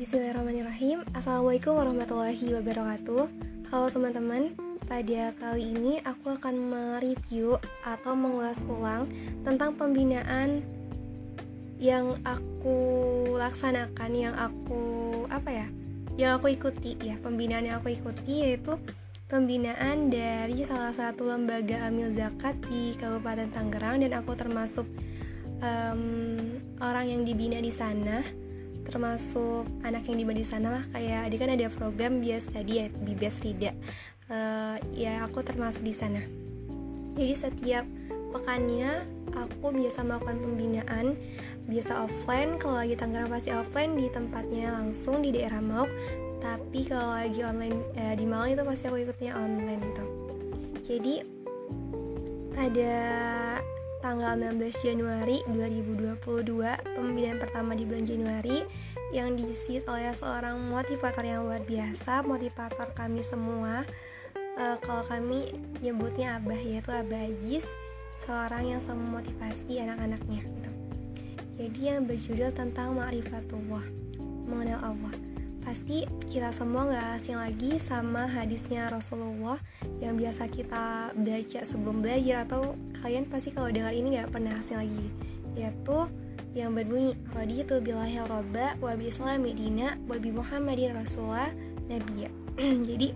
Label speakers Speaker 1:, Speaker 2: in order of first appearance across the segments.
Speaker 1: Bismillahirrahmanirrahim. Assalamualaikum warahmatullahi wabarakatuh. Halo teman-teman, pada kali ini aku akan mereview atau mengulas ulang tentang pembinaan yang aku laksanakan, yang aku ikuti ya. Pembinaan yang aku ikuti yaitu pembinaan dari salah satu lembaga amil zakat di Kabupaten Tangerang, dan aku termasuk orang yang dibina di sana, termasuk anak yang dibina di sana lah. Kayak kan ada program bias tadi ya, Bibes Rida, ya aku termasuk di sana. Jadi setiap pekannya aku biasa melakukan pembinaan, biasa offline. Kalau lagi Tangerang pasti offline di tempatnya langsung di daerah Mauk. Tapi kalau lagi online di Malang itu pasti aku ikutnya online gitu. Jadi pada tanggal 16 Januari 2022, pembinaan pertama di bulan Januari yang diisi oleh seorang motivator yang luar biasa, motivator kami semua. Kalau kami nyebutnya Abah, yaitu Abah Ajis, seorang yang selalu memotivasi anak-anaknya gitu. Jadi yang berjudul tentang ma'rifatullah, mengenal Allah. Pasti kita semua gak asing lagi sama hadisnya Rasulullah yang biasa kita baca sebelum belajar, atau kalian pasti kalau dengar ini gak pernah asing lagi, yaitu yang berbunyi raditu billahi robba wa bi islami dina wa bi muhammadin rasulullah nabiyya. Jadi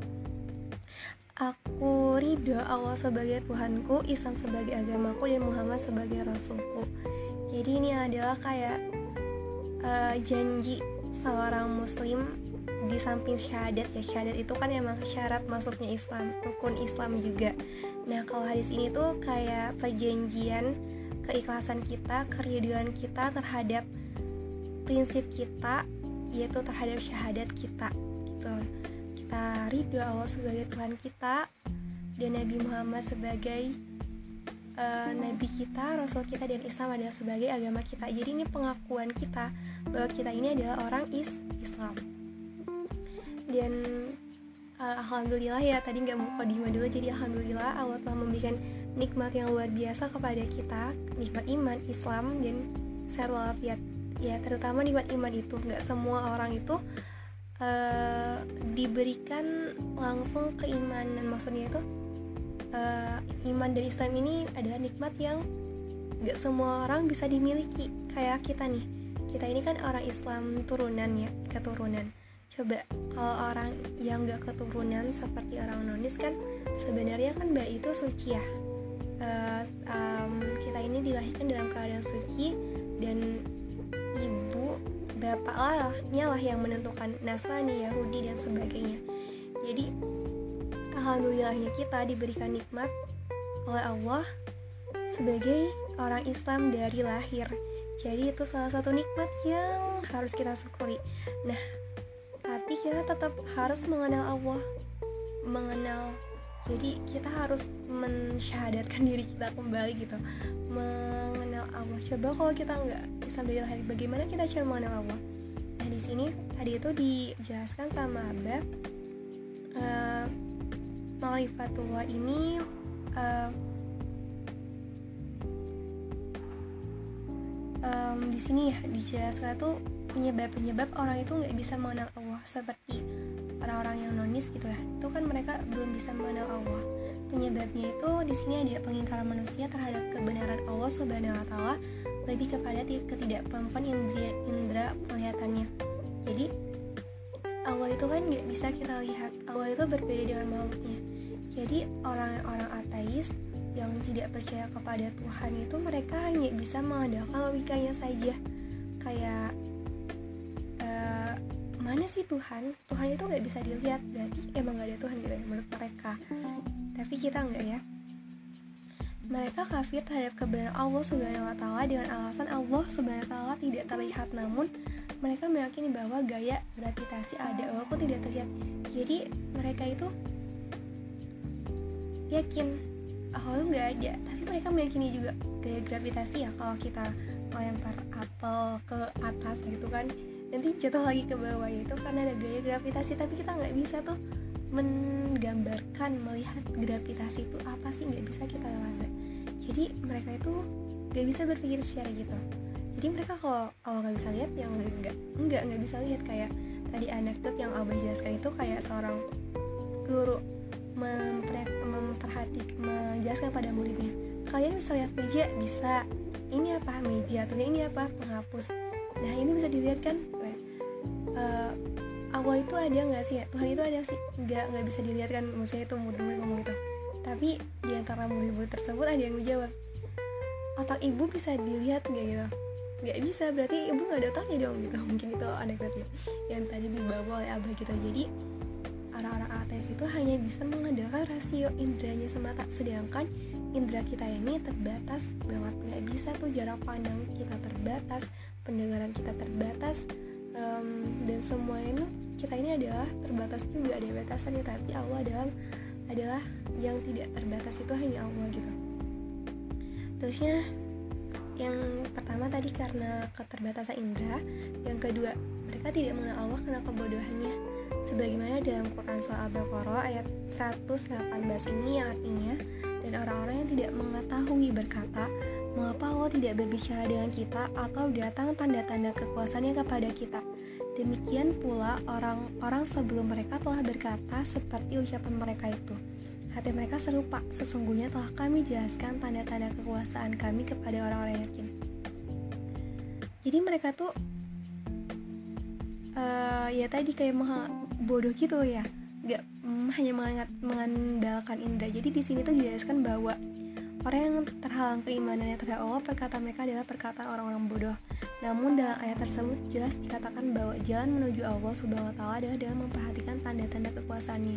Speaker 1: aku ridho Allah sebagai Tuhanku, Islam sebagai agamaku, dan Muhammad sebagai rasulku. Jadi ini adalah kayak janji seorang muslim di samping syahadat ya. Syahadat itu kan emang syarat masuknya Islam, rukun Islam juga. Nah kalau hadis ini tuh kayak perjanjian keikhlasan kita, keriduan kita terhadap prinsip kita, yaitu terhadap syahadat kita gitu. Kita ridho Allah sebagai Tuhan kita dan Nabi Muhammad sebagai Nabi kita, Rasul kita, dan Islam adalah sebagai agama kita. Jadi ini pengakuan kita bahwa kita ini adalah orang Islam. Dan alhamdulillah ya, tadi gak mau mukadimah dulu. Jadi alhamdulillah Allah telah memberikan nikmat yang luar biasa kepada kita, nikmat iman, Islam, dan sehat walafiat. Ya terutama nikmat iman itu gak semua orang itu diberikan langsung keimanan. Maksudnya itu iman dan Islam ini adalah nikmat yang gak semua orang bisa dimiliki. Kayak kita nih, kita ini kan orang Islam turunan ya, keturunan. Coba kalau orang yang gak keturunan seperti orang nonis kan sebenarnya kan mbak itu suci ya. Kita ini dilahirkan dalam keadaan suci, dan ibu bapaknya lah yang menentukan Nasrani, Yahudi, dan sebagainya. Jadi alhamdulillahnya kita diberikan nikmat oleh Allah sebagai orang Islam dari lahir. Jadi itu salah satu nikmat yang harus kita syukuri. Nah, tapi kita tetap harus mengenal Allah, jadi kita harus mensyahadatkan diri kita kembali gitu, mengenal Allah. Coba kalau kita nggak Islam dari lahir, bagaimana kita cara mengenal Allah? Nah di sini tadi itu dijelaskan sama Abah, ma'rifatullah ini di sini ya dijelaskan tuh penyebab orang itu nggak bisa mengenal Allah, seperti orang-orang yang nonis gitu ya. Itu kan mereka belum bisa mengenal Allah. Penyebabnya itu di sini ada pengingkaran manusia terhadap kebenaran Allah Subhanahu wa taala, lebih kepada ketidakmampuan indera penglihatannya. Jadi Allah itu kan nggak bisa kita lihat. Allah itu berbeda dengan makhluknya. Jadi orang-orang ateis yang tidak percaya kepada Tuhan itu mereka hanya bisa mengandalkan logikanya saja. Kayak mana sih Tuhan? Tuhan itu nggak bisa dilihat, berarti emang nggak ada Tuhan gitu ya menurut mereka. Tapi kita nggak ya. Mereka kafir terhadap kebenaran Allah Subhanahu wa taala dengan alasan Allah Subhanahu wa taala tidak terlihat, namun mereka meyakini bahwa gaya gravitasi ada walaupun tidak terlihat. Jadi mereka itu yakin Allah itu nggak ada, tapi mereka meyakini juga gaya gravitasi ya. Kalau kita melempar apel ke atas gitu kan, nanti jatuh lagi ke bawah, itu karena ada gaya gravitasi. Tapi kita nggak bisa tuh menggambarkan, melihat gravitasi itu apa sih, nggak bisa kita lihat. Jadi mereka itu nggak bisa berpikir secara gitu. Jadi mereka kalau nggak bisa lihat, yang nggak bisa lihat. Kayak tadi anekdot yang Abah jelaskan itu kayak seorang guru menjelaskan pada muridnya, kalian bisa lihat meja, bisa, ini apa meja, atau ini apa penghapus. Nah ini bisa dilihat kan, Allah itu ada nggak sih ya? Tuhan itu ada sih? Nggak bisa dilihat kan, maksudnya itu murid-murid ngomong gitu. Tapi di antara murid-murid tersebut ada yang menjawab, otak ibu bisa dilihat nggak gitu? Nggak bisa, berarti ibu nggak ada otaknya dong gitu. Mungkin itu anekdotnya yang tadi dibawa oleh Abah gitu. Jadi orang-orang ateis itu hanya bisa mengandalkan rasio indranya semata, sedangkan indera kita ini terbatas banget, nggak bisa tuh, jarak pandang kita terbatas, pendengaran kita terbatas, dan semua itu kita ini adalah terbatas juga, ada batasannya. Tapi Allah adalah yang tidak terbatas, itu hanya Allah gitu. Terusnya yang pertama tadi karena keterbatasan indera, yang kedua mereka tidak mengenal Allah karena kebodohannya. Sebagaimana dalam Quran surah Al-Baqarah ayat 118 ini yang artinya, dan orang-orang yang tidak mengetahui berkata, mengapa Allah tidak berbicara dengan kita atau datang tanda-tanda kekuasaannya kepada kita. Demikian pula orang-orang sebelum mereka telah berkata seperti ucapan mereka itu. Hati mereka serupa, sesungguhnya telah kami jelaskan tanda-tanda kekuasaan kami kepada orang-orang yang yakin. Jadi mereka tuh ya tadi kayak bodoh gitu ya, nggak hanya mengandalkan indera. Jadi di sini tuh dijelaskan bahwa orang yang terhalang keimanannya terhadap Allah, perkataan mereka adalah perkataan orang-orang bodoh. Namun dalam ayat tersebut jelas dikatakan bahwa jalan menuju Allah Subhanahu wa Ta'ala adalah dengan memperhatikan tanda-tanda kekuasaannya.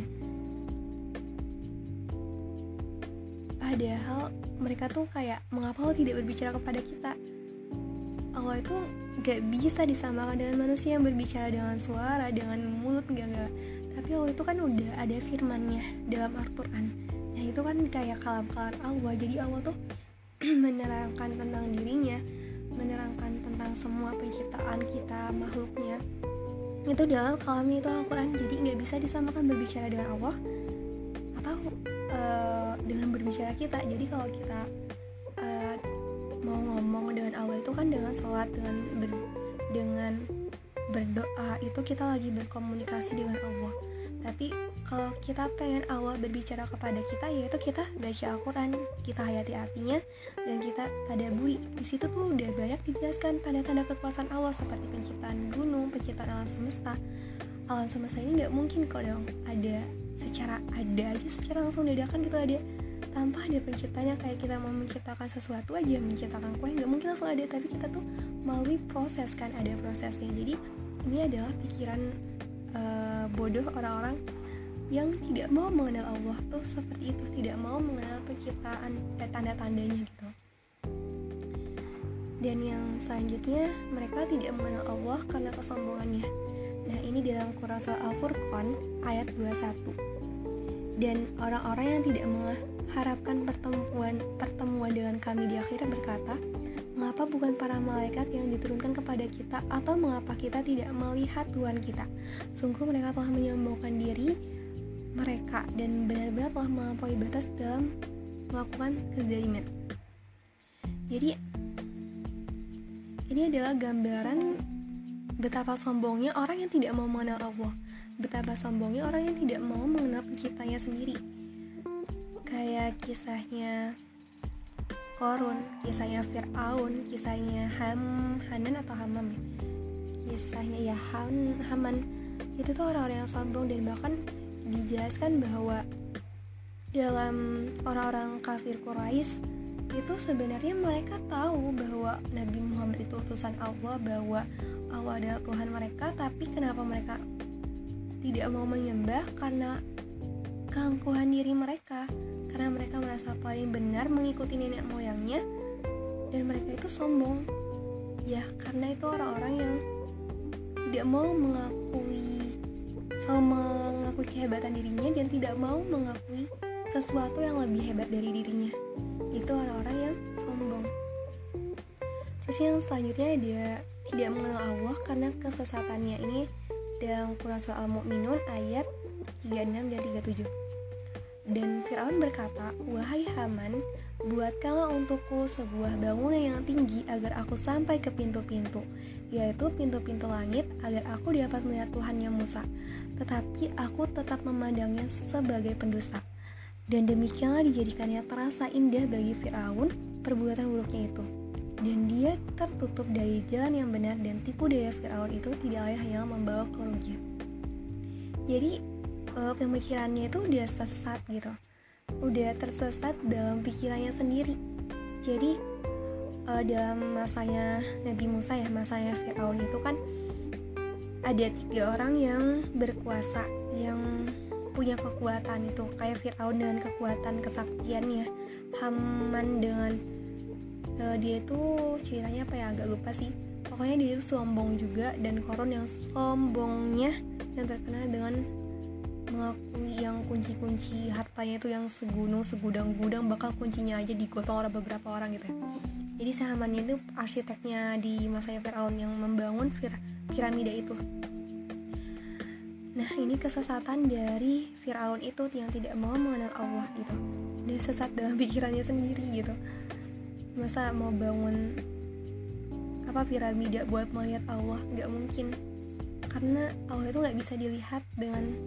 Speaker 1: Padahal mereka tuh kayak, mengapa Allah tidak berbicara kepada kita? Allah itu gak bisa disamakan dengan manusia yang berbicara dengan suara, dengan mulut, enggak. Tapi Allah itu kan udah ada firman-Nya dalam Al-Quran. Nah itu kan kayak kalam-kalam Allah. Jadi Allah tuh menerangkan tentang dirinya, menerangkan tentang semua penciptaan kita, makhluknya, itu dalam kalamnya itu Al-Quran. Jadi gak bisa disamakan berbicara dengan Allah atau dengan berbicara kita. Jadi kalau kita mau ngomong dengan Allah itu kan dengan sholat, dengan berdoa, itu kita lagi berkomunikasi dengan Allah. Tapi kalau kita pengen Allah berbicara kepada kita, yaitu kita baca Al-Quran, kita hayati artinya, dan kita tadabburi. Di situ tuh udah banyak dijelaskan tanda-tanda kekuasaan Allah, seperti penciptaan gunung, penciptaan alam semesta. Alam semesta ini nggak mungkin kok dong ada aja secara langsung dadakan gitu, ada tanpa ada penciptanya. Kayak kita mau menciptakan sesuatu aja, menciptakan kue, nggak mungkin langsung ada, tapi kita tuh melalui proses kan, ada prosesnya. Jadi ini adalah pikiran bodoh orang-orang yang tidak mau mengenal Allah tuh seperti itu, tidak mau mengenal penciptaan tanda-tandanya gitu. Dan yang selanjutnya, mereka tidak mengenal Allah karena kesombongannya. Nah ini dalam Quran surah Al-Furqan ayat 21. Dan orang-orang yang tidak mengharapkan pertemuan dengan kami di akhirat berkata, mengapa bukan para malaikat yang diturunkan kepada kita, atau mengapa kita tidak melihat Tuhan kita? Sungguh mereka telah menyombongkan diri mereka dan benar-benar telah melampaui batas dalam melakukan kezaliman. Jadi ini adalah gambaran betapa sombongnya orang yang tidak mau mengenal Allah, betapa sombongnya orang yang tidak mau mengenal penciptanya sendiri. Kayak kisahnya Korun, kisahnya Fir'aun, kisahnya Hanan atau Hamam ya. Kisahnya ya Haman. Itu tuh orang-orang yang sombong, dan bahkan dijelaskan bahwa dalam orang-orang kafir Quraisy itu sebenarnya mereka tahu bahwa Nabi Muhammad itu utusan Allah, bahwa Allah adalah Tuhan mereka, tapi kenapa mereka tidak mau menyembah? Karena keangkuhan diri mereka, karena mereka merasa paling benar mengikuti nenek moyangnya, dan mereka itu sombong ya, karena itu orang-orang yang tidak mau selalu mengakui kehebatan dirinya dan tidak mau mengakui sesuatu yang lebih hebat dari dirinya. Itu orang-orang yang sombong. Terus yang selanjutnya, dia tidak mengenal Allah karena kesesatannya. Ini dalam Quran surah Al-Mu'minun ayat 36 dan 37. Dan Fir'aun berkata, wahai Haman, buatkanlah untukku sebuah bangunan yang tinggi agar aku sampai ke pintu-pintu, yaitu pintu-pintu langit, agar aku dapat melihat Tuhannya Musa. Tetapi aku tetap memandangnya sebagai pendusta. Dan demikianlah dijadikannya terasa indah bagi Firaun perbuatan buruknya itu. Dan dia tertutup dari jalan yang benar, dan tipu daya Firaun itu tidak lain hanyalah membawa kerugian. Jadi pemikirannya itu udah sesat gitu, udah tersesat dalam pikirannya sendiri. Jadi dalam masanya Nabi Musa ya, masanya Firaun itu kan ada 3 orang yang berkuasa, yang punya kekuatan itu, kayak Firaun dengan kekuatan kesaktiannya, Haman dengan dia itu ceritanya apa ya, agak lupa sih. Pokoknya dia itu sombong juga, dan Korun yang sombongnya yang terkenal dengan mengakui yang kunci-kunci hartanya itu yang segunung segudang-gudang, bakal kuncinya aja digotong oleh beberapa orang gitu ya. Jadi Haman itu arsiteknya di masanya Firaun yang membangun piramida itu. Nah, ini kesesatan dari Firaun itu yang tidak mau mengenal Allah gitu. Dia sesat dalam pikirannya sendiri gitu. Masa mau bangun piramida buat melihat Allah? Gak mungkin, karena Allah itu gak bisa dilihat dengan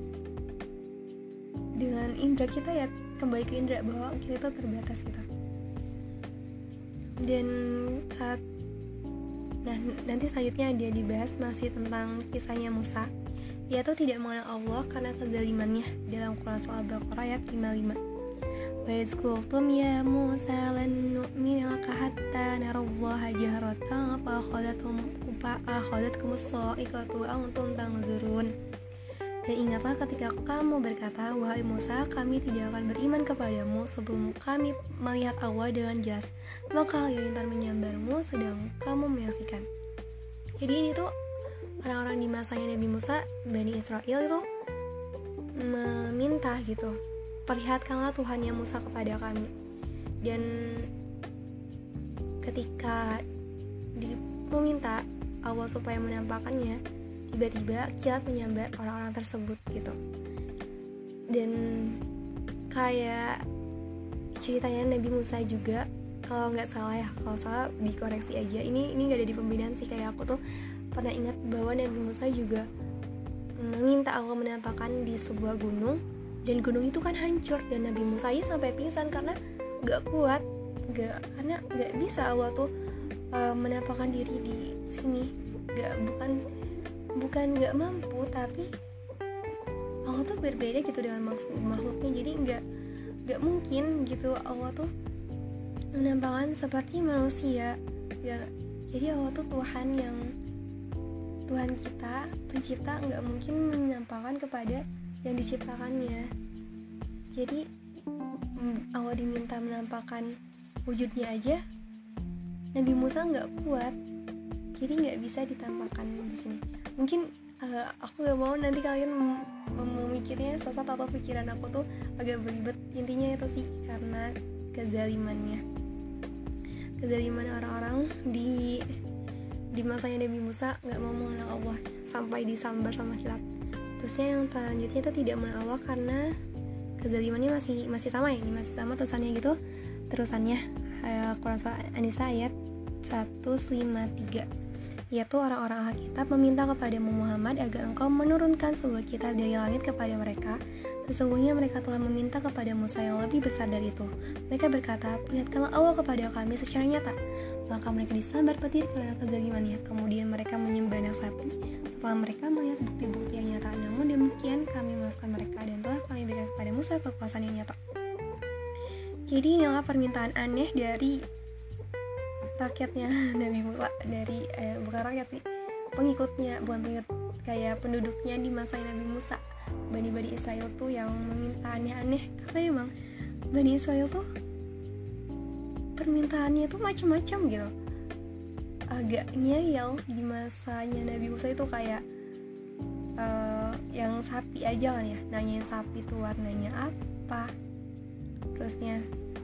Speaker 1: indera kita ya. Kembali ke indera, bahwa kita itu terbatas gitu. Dan nanti selanjutnya dia dibahas masih tentang kisahnya Musa, yaitu tidak mengenal Allah karena kezalimannya, dalam Quran surah Al-Baqarah ayat 55. Wa idh qultum ya Musa lan nu'mina laka hatta narallaha jahratan fa akhadhatkum as-sa'iqatu wa antum tanzurun. Dan ingatlah ketika kamu berkata, wahai Musa, kami tidak akan beriman kepadamu sebelum kami melihat Allah dengan jelas, maka halilintar menyambarmu sedang kamu menyaksikan. Jadi ini tuh orang-orang di masanya Nabi Musa, Bani Israel itu meminta gitu, perlihatkanlah Tuhannya Musa kepada kami. Dan ketika meminta Allah supaya menampakkannya, tiba-tiba kilat menyambar orang-orang tersebut gitu. Dan kayak ceritanya Nabi Musa juga, kalau nggak salah ya, kalau salah dikoreksi aja, ini nggak ada di pembinaan sih, kayak aku tuh pernah ingat bahwa Nabi Musa juga meminta Allah menampakkan di sebuah gunung, dan gunung itu kan hancur, dan Nabi Musa aja sampai pingsan karena nggak kuat, karena nggak bisa Allah tuh menampakkan diri di sini. Bukan nggak mampu, tapi Allah tuh berbeda gitu dengan makhluknya. Jadi nggak mungkin gitu Allah tuh menampakkan seperti manusia ya. Jadi Allah tuh Tuhan kita, pencipta, nggak mungkin menampakkan kepada yang diciptakannya. Jadi Allah diminta menampakkan wujudnya aja, Nabi Musa nggak kuat, jadi nggak bisa ditampakkan di sini. Mungkin aku nggak mau nanti kalian memikirnya sesat atau pikiran aku tuh agak beribet. Intinya itu sih karena kezaliman orang-orang di masanya Nabi Musa nggak mau mengenal Allah sampai disambar sama kilat. Terusnya yang selanjutnya itu tidak mengenal Allah karena kezalimannya masih sama ya, ini masih sama tulisannya gitu. Terusannya Quran surah An-Nisa ayat 153, yaitu orang-orang ahli kitab meminta kepadamu Muhammad agar engkau menurunkan sebuah kitab dari langit kepada mereka. Sesungguhnya mereka telah meminta kepada Musa yang lebih besar dari itu. Mereka berkata, perlihatkanlah Allah kepada kami secara nyata. Maka mereka disambar petir karena kezalimannya. Kemudian mereka menyembah anak sapi setelah mereka melihat bukti-bukti yang nyata. Namun demikian kami maafkan mereka dan telah kami berikan kepada Musa kekuasaan yang nyata. Jadi inilah permintaan aneh dari rakyatnya Nabi Musa, dari bukan rakyat sih, pengikutnya, bukan pengikut, kayak penduduknya di masa Nabi Musa, Bani Israel tuh yang meminta aneh-aneh. Karena emang Bani Israel tuh permintaannya tuh macam-macam gitu, agak ngeyel. Di masanya Nabi Musa itu kayak yang sapi aja kan ya, nanyain sapi tuh warnanya apa, terusnya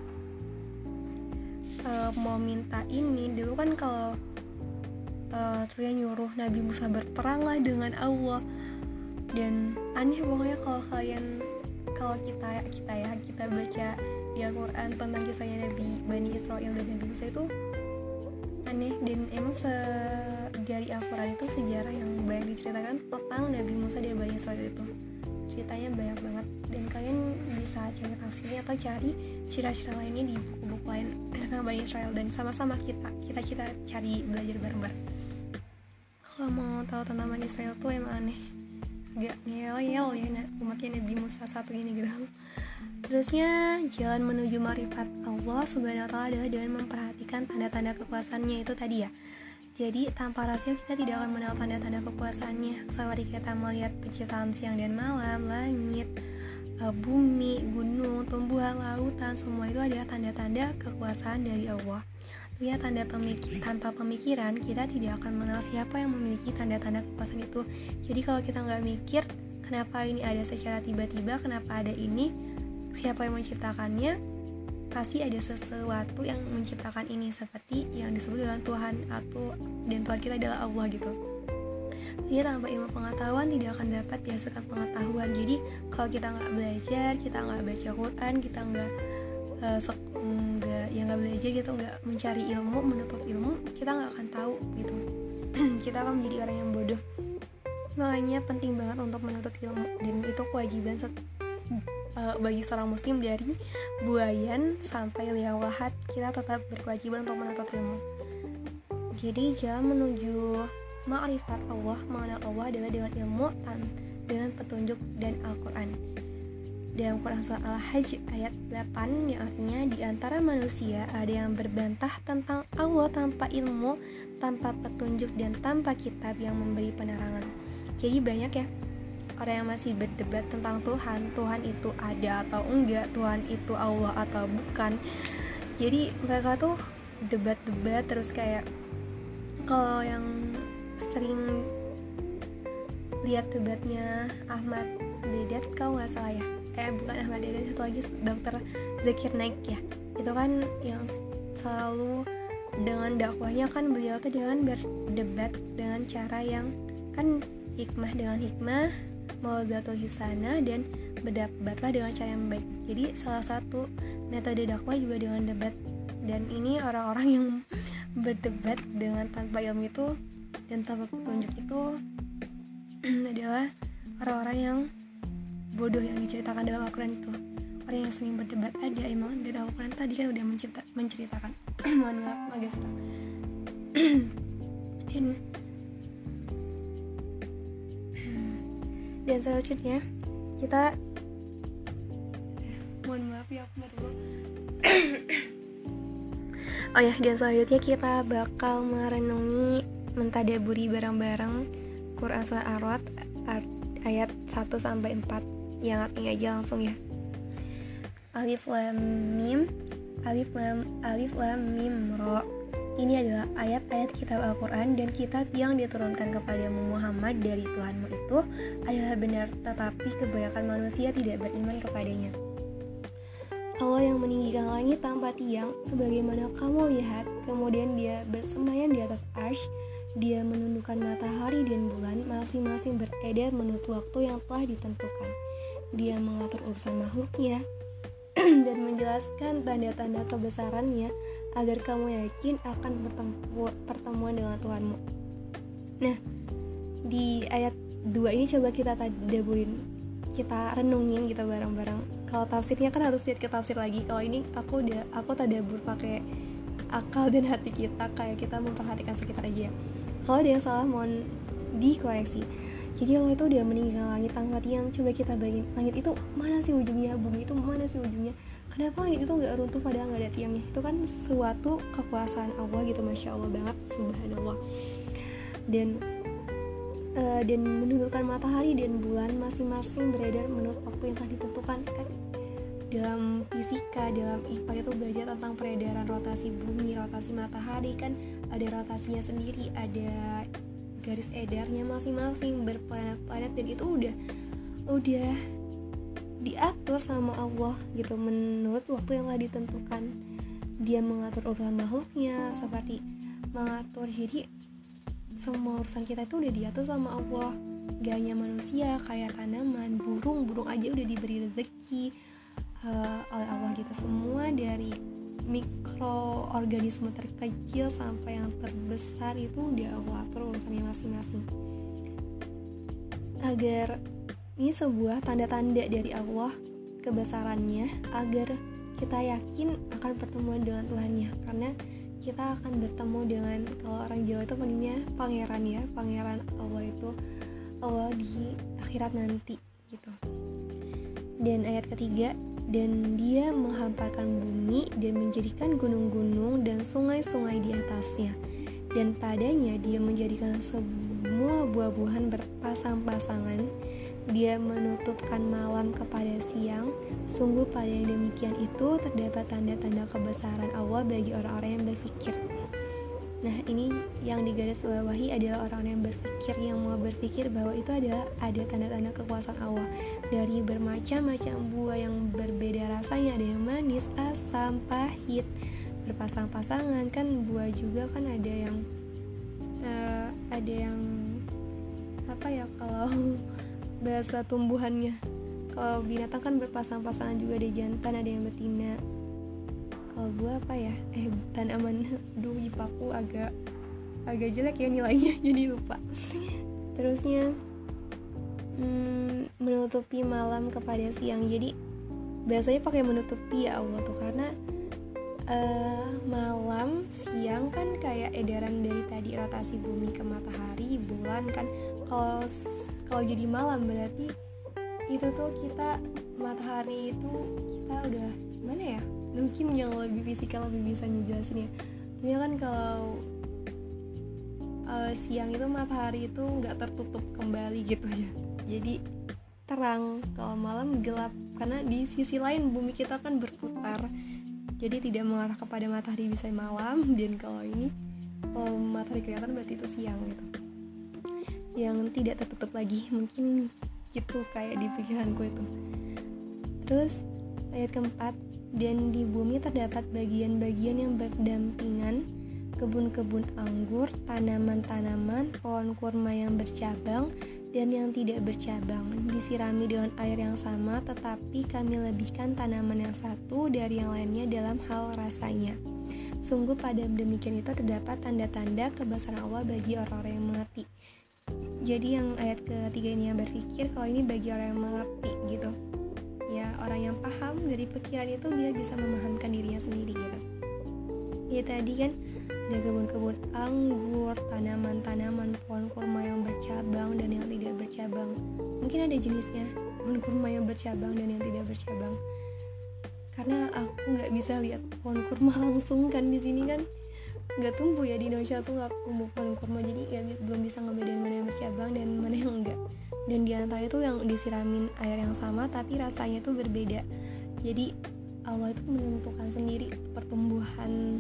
Speaker 1: mau minta ini. Dulu kan kalau dia nyuruh Nabi Musa berperang lah dengan Allah, dan aneh pokoknya. Kalau kita baca di Al-Quran tentang kisahnya Bani Israel dan Nabi Musa itu aneh, dan emang dari Al-Quran itu sejarah yang banyak diceritakan tentang Nabi Musa dan Bani Israel itu, ceritanya banyak banget, dan kalian bisa cari tafsirnya atau cari sirah-sirah lainnya di buku-buku lain tentang Bani Israel, dan sama-sama kita cari belajar bareng-bareng. Kalau mau tahu tentang Bani Israel tuh emang aneh, agak ngeyel ya umatnya Nabi Musa satu ini gitu. Terusnya, jalan menuju ma'rifat Allah Subhanahu wa ta'ala adalah dengan memperhatikan tanda-tanda kekuasaannya itu tadi ya. Jadi tanpa rasio kita tidak akan mengenal tanda-tanda kekuasaannya, seperti kita melihat penciptaan siang dan malam, langit, bumi, gunung, tumbuhan, lautan, semua itu adalah tanda-tanda kekuasaan dari Allah. Ya, tanpa pemikiran kita tidak akan mengenal siapa yang memiliki tanda-tanda kekuasaan itu. Jadi kalau kita nggak mikir kenapa ini ada secara tiba-tiba, kenapa ada ini, siapa yang menciptakannya, pasti ada sesuatu yang menciptakan ini, seperti yang disebut dengan Tuhan, dan Tuhan kita adalah Allah gitu. Jadi tanpa ilmu pengetahuan tidak akan dapat dihasilkan pengetahuan. Jadi kalau kita nggak belajar, kita nggak baca Quran, kita nggak belajar gitu, nggak mencari ilmu, menuntut ilmu, kita nggak akan tahu gitu. Kita akan menjadi orang yang bodoh. Makanya penting banget untuk menuntut ilmu, dan itu kewajiban bagi seorang muslim dari buayan sampai liang lahat, kita tetap berkewajiban untuk menuntut ilmu. Jadi jalan menuju ma'rifat Allah, mengenal Allah adalah dengan ilmu dengan petunjuk dan Al-Quran. Dalam Quran surah Al-Hajj ayat 8 yang artinya, di antara manusia ada yang berbantah tentang Allah tanpa ilmu, tanpa petunjuk, dan tanpa kitab yang memberi penerangan. Jadi banyak ya orang yang masih berdebat tentang Tuhan itu ada atau enggak, Tuhan itu Allah atau bukan. Jadi mereka tuh debat-debat terus, kayak kalau yang sering lihat debatnya Ahmad Dedat kalau nggak salah ya, bukan Ahmad Dedat, satu lagi Dr. Zakir Naik ya, itu kan yang selalu dengan dakwahnya kan beliau tuh jangan berdebat dengan cara yang kan hikmah dengan hikmah, mau'izatul hisanah, dan berdebatlah dengan cara yang baik. Jadi salah satu metode dakwah juga dengan debat, dan ini orang-orang yang berdebat dengan tanpa ilmu itu dan tanpa petunjuk itu adalah orang-orang yang bodoh yang diceritakan dalam Al-Quran itu. Orang yang sering berdebat ada emang, dan Al-Quran tadi kan udah menceritakan mohon maaf agak serang. Dan selanjutnya kita mohon maaf ya aku baru dan selanjutnya kita bakal merenungi, mentadaburi bareng-bareng Quran surah Ar-Ra'd ayat 1-4 yang artinya aja langsung ya. Alif lam mim ra. Ini adalah ayat-ayat kitab Al-Quran dan kitab yang diturunkan kepadamu Muhammad dari Tuhanmu itu adalah benar, tetapi kebanyakan manusia tidak beriman kepadanya. Allah yang meninggikan langit tanpa tiang, sebagaimana kamu lihat, kemudian dia bersemayam di atas arsy, dia menundukkan matahari dan bulan, masing-masing beredar menurut waktu yang telah ditentukan. Dia mengatur urusan makhluknya dan menjelaskan tanda-tanda kebesarannya agar kamu yakin akan pertemuan dengan Tuhanmu. Nah, di ayat 2 ini coba kita tadaburin, kita renungin gitu bareng-bareng. Kalau tafsirnya kan harus lihat ke tafsir lagi. Kalau ini aku tadabur pakai akal dan hati kita, kayak kita memperhatikan sekitar aja. Kalau ada yang salah mohon dikoreksi. Jadi Allah itu dia meninggikan langit tanpa tiang. Coba kita bayangin, langit itu mana sih ujungnya, bumi itu mana sih ujungnya. Kenapa langit itu gak runtuh padahal gak ada tiangnya? Itu kan suatu kekuasaan Allah gitu, Masya Allah banget, subhanallah. Dan menundukkan matahari dan bulan masing-masing beredar menurut waktu yang telah ditentukan. Kan dalam fisika, dalam IPA itu belajar tentang peredaran rotasi bumi, rotasi matahari, kan ada rotasinya sendiri, ada garis edarnya masing-masing berplanet-planet, dan itu udah diatur sama Allah gitu menurut waktu yang telah ditentukan. Dia mengatur urusan makhluknya seperti mengatur, jadi semua urusan kita itu udah diatur sama Allah. Gak hanya manusia, kayak tanaman, burung aja udah diberi rezeki, oleh Allah gitu. Semua dari mikroorganisme terkecil sampai yang terbesar itu udah Allah atur urusannya masing-masing. Agar ini sebuah tanda-tanda dari Allah kebesarannya, agar kita yakin akan pertemuan dengan Tuhannya. Karena kita akan bertemu dengan, kalau orang Jawa itu panggilnya pangeran ya, pangeran Allah itu Allah di akhirat nanti gitu. Dan ayat ketiga, dan dia menghamparkan bumi dan menjadikan gunung-gunung dan sungai-sungai di atasnya, dan padanya dia menjadikan semua buah-buahan berpasang-pasangan. Dia menutupkan malam kepada siang. Sungguh pada yang demikian itu terdapat tanda-tanda kebesaran Allah bagi orang-orang yang berfikir. Nah, ini yang digarisbawahi adalah orang-orang yang berfikir, yang mau berpikir bahwa itu ada tanda-tanda kekuasaan Allah. Dari bermacam-macam buah yang berbeda rasanya, ada yang manis, asam, pahit, berpasang-pasangan. Kan buah juga kan ada yang apa ya, kalau bahasa tumbuhannya, kalau binatang kan berpasang-pasangan juga, ada jantan, ada yang betina. Kalau buah apa ya, tanaman, IPAku agak jelek ya nilainya jadi lupa. Terusnya menutupi malam kepada siang. Jadi biasanya pakai menutupi ya Allah tuh, karena malam siang kan kayak edaran dari tadi rotasi bumi ke matahari, bulan kan. Kalau jadi malam berarti itu tuh kita, matahari itu kita udah gimana ya, mungkin yang lebih fisikal lebih bisa ngejelasin ya. Soalnya kan kalau siang itu matahari itu nggak tertutup kembali gitu ya, jadi terang. Kalau malam gelap, karena di sisi lain bumi kita kan berputar, jadi tidak mengarah kepada matahari bisa malam. Dan kalau matahari kelihatan berarti itu siang gitu, yang tidak tertutup lagi, mungkin gitu kayak di pikiranku itu. Terus ayat keempat, dan di bumi terdapat bagian-bagian yang berdampingan, kebun-kebun anggur, tanaman-tanaman, pohon kurma yang bercabang dan yang tidak bercabang, disirami dengan air yang sama, tetapi kami lebihkan tanaman yang satu dari yang lainnya dalam hal rasanya. Sungguh pada demikian itu terdapat tanda-tanda kebesaran Allah bagi orang-orang yang mengerti. Jadi yang ayat ketiga ini yang berpikir, kalau ini bagi orang yang mengerti gitu ya, orang yang paham dari pikiran itu, dia bisa memahamkan dirinya sendiri gitu. Ya tadi kan ada kebun-kebun anggur, tanaman-tanaman, pohon kurma yang bercabang dan yang tidak bercabang. Mungkin ada jenisnya, pohon kurma yang bercabang dan yang tidak bercabang, karena aku nggak bisa lihat pohon kurma langsung kan, di sini kan nggak tumbuh ya, di Indonesia tuh nggak tumbuh pohon kurma, jadi belum bisa ngebedain mana yang bercabang dan mana yang enggak. Dan di antara itu yang disiramin air yang sama tapi rasanya tuh berbeda. Jadi Allah itu menentukan sendiri pertumbuhan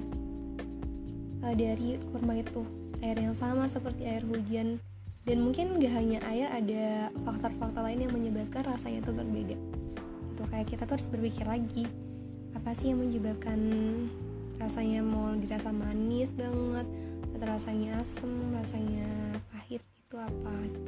Speaker 1: dari kurma itu, air yang sama seperti air hujan. Dan mungkin nggak hanya air, ada faktor-faktor lain yang menyebabkan rasanya itu berbeda. Itu kayak kita tuh harus berpikir lagi, apa sih yang menyebabkan rasanya mau dirasa manis banget atau rasanya asam, rasanya pahit, itu apa?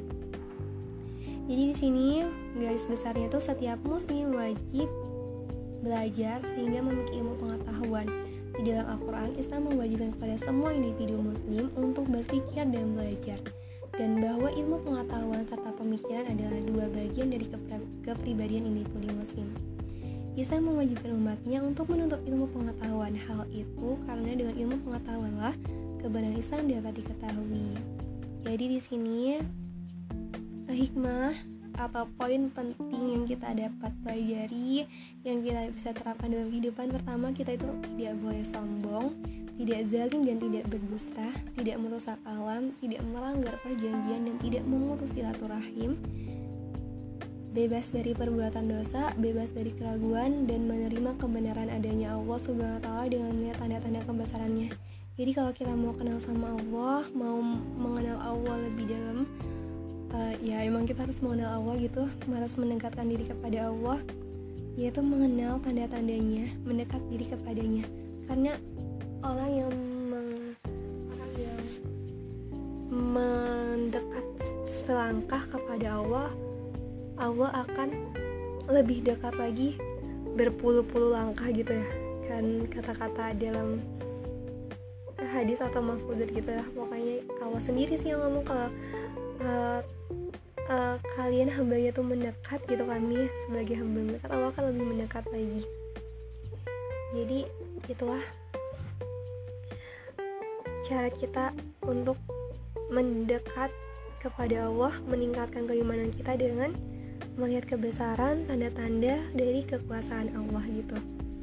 Speaker 1: Jadi di sini garis besarnya tuh setiap muslim wajib belajar sehingga memiliki ilmu pengetahuan. Di dalam Al-Quran, Islam mewajibkan kepada semua individu muslim untuk berpikir dan belajar, dan bahwa ilmu pengetahuan serta pemikiran adalah dua bagian dari kepribadian individu muslim. Islam mewajibkan umatnya untuk menuntut ilmu pengetahuan. Hal itu karena dengan ilmu pengetahuanlah kebenaran Islam dapat diketahui. Jadi di sini hikmah atau poin penting yang kita dapat pelajari, yang kita bisa terapkan dalam kehidupan. Pertama, kita itu tidak boleh sombong, tidak zalim dan tidak berdusta, tidak merusak alam, tidak melanggar perjanjian dan tidak memutus silaturahim, bebas dari perbuatan dosa, bebas dari keraguan, dan menerima kebenaran adanya Allah Subhanahu wa Ta'ala dengan melihat tanda-tanda kebesarannya. Jadi kalau kita mau kenal sama Allah, mau mengenal Allah lebih dalam, ya emang kita harus mengenal Allah gitu, harus mendekatkan diri kepada Allah, yaitu mengenal tanda-tandanya, mendekat diri kepadanya. Karena orang yang mendekat selangkah kepada Allah, Allah akan lebih dekat lagi berpuluh-puluh langkah gitu ya kan, kata-kata dalam hadis atau mafuzat gitu ya. Pokoknya Allah sendiri sih yang ngomong kalau kalian hambanya tuh mendekat gitu, kami sebagai hamba mendekat, Allah kan lebih mendekat lagi. Jadi itulah cara kita untuk mendekat kepada Allah, meningkatkan keimanan kita dengan melihat kebesaran, tanda-tanda dari kekuasaan Allah gitu.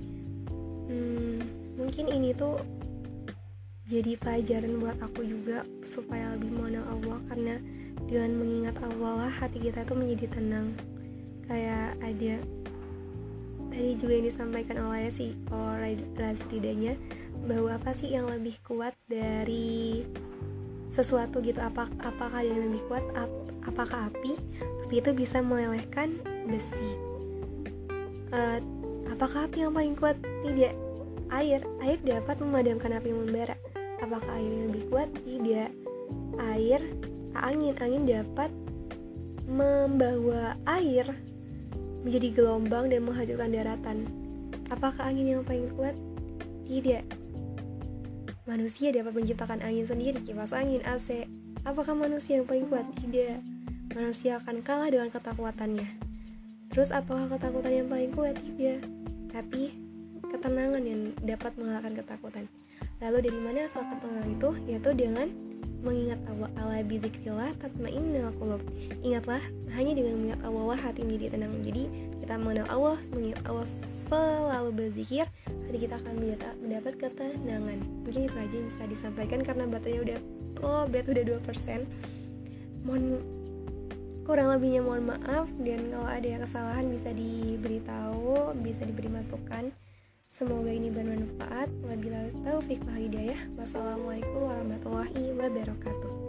Speaker 1: Mungkin ini tuh jadi pelajaran buat aku juga supaya lebih mengenal Allah, karena dengan mengingat Allah lah hati kita tuh menjadi tenang. Kayak ada tadi juga yang disampaikan oleh si Ridanya, bahwa apa sih yang lebih kuat dari sesuatu gitu, apakah ada yang lebih kuat, apakah api itu bisa melelehkan besi. Apakah api yang paling kuat? Tidak. Air dapat memadamkan api yang membara. Apakah air yang lebih kuat? Tidak. Angin dapat membawa air menjadi gelombang dan menghancurkan daratan. Apakah angin yang paling kuat? Tidak. Manusia dapat menciptakan angin sendiri, kipas angin, AC. Apakah manusia yang paling kuat? Tidak. Manusia akan kalah dengan ketakutannya. Terus apakah ketakutan yang paling kuat? Tidak. Tapi ketenangan yang dapat mengalahkan ketakutan. Lalu dari mana asal ketenangan itu? Yaitu dengan mengingat Allah. Ala bizikrillah tatmainnul qulub. Ingatlah, hanya dengan mengingat Allah hati menjadi tenang. Jadi kita mengenal Allah, mengingat Allah, selalu berzikir, hati kita akan mendapat ketenangan. Mungkin itu aja yang bisa disampaikan karena baterainya udah lowbat, udah 2%. Kurang lebihnya mohon maaf, dan kalau ada yang kesalahan bisa diberitahu, bisa diberi masukan. Semoga ini bermanfaat. Wabillahi taufiq wal hidayah. Wassalamualaikum warahmatullahi wabarakatuh.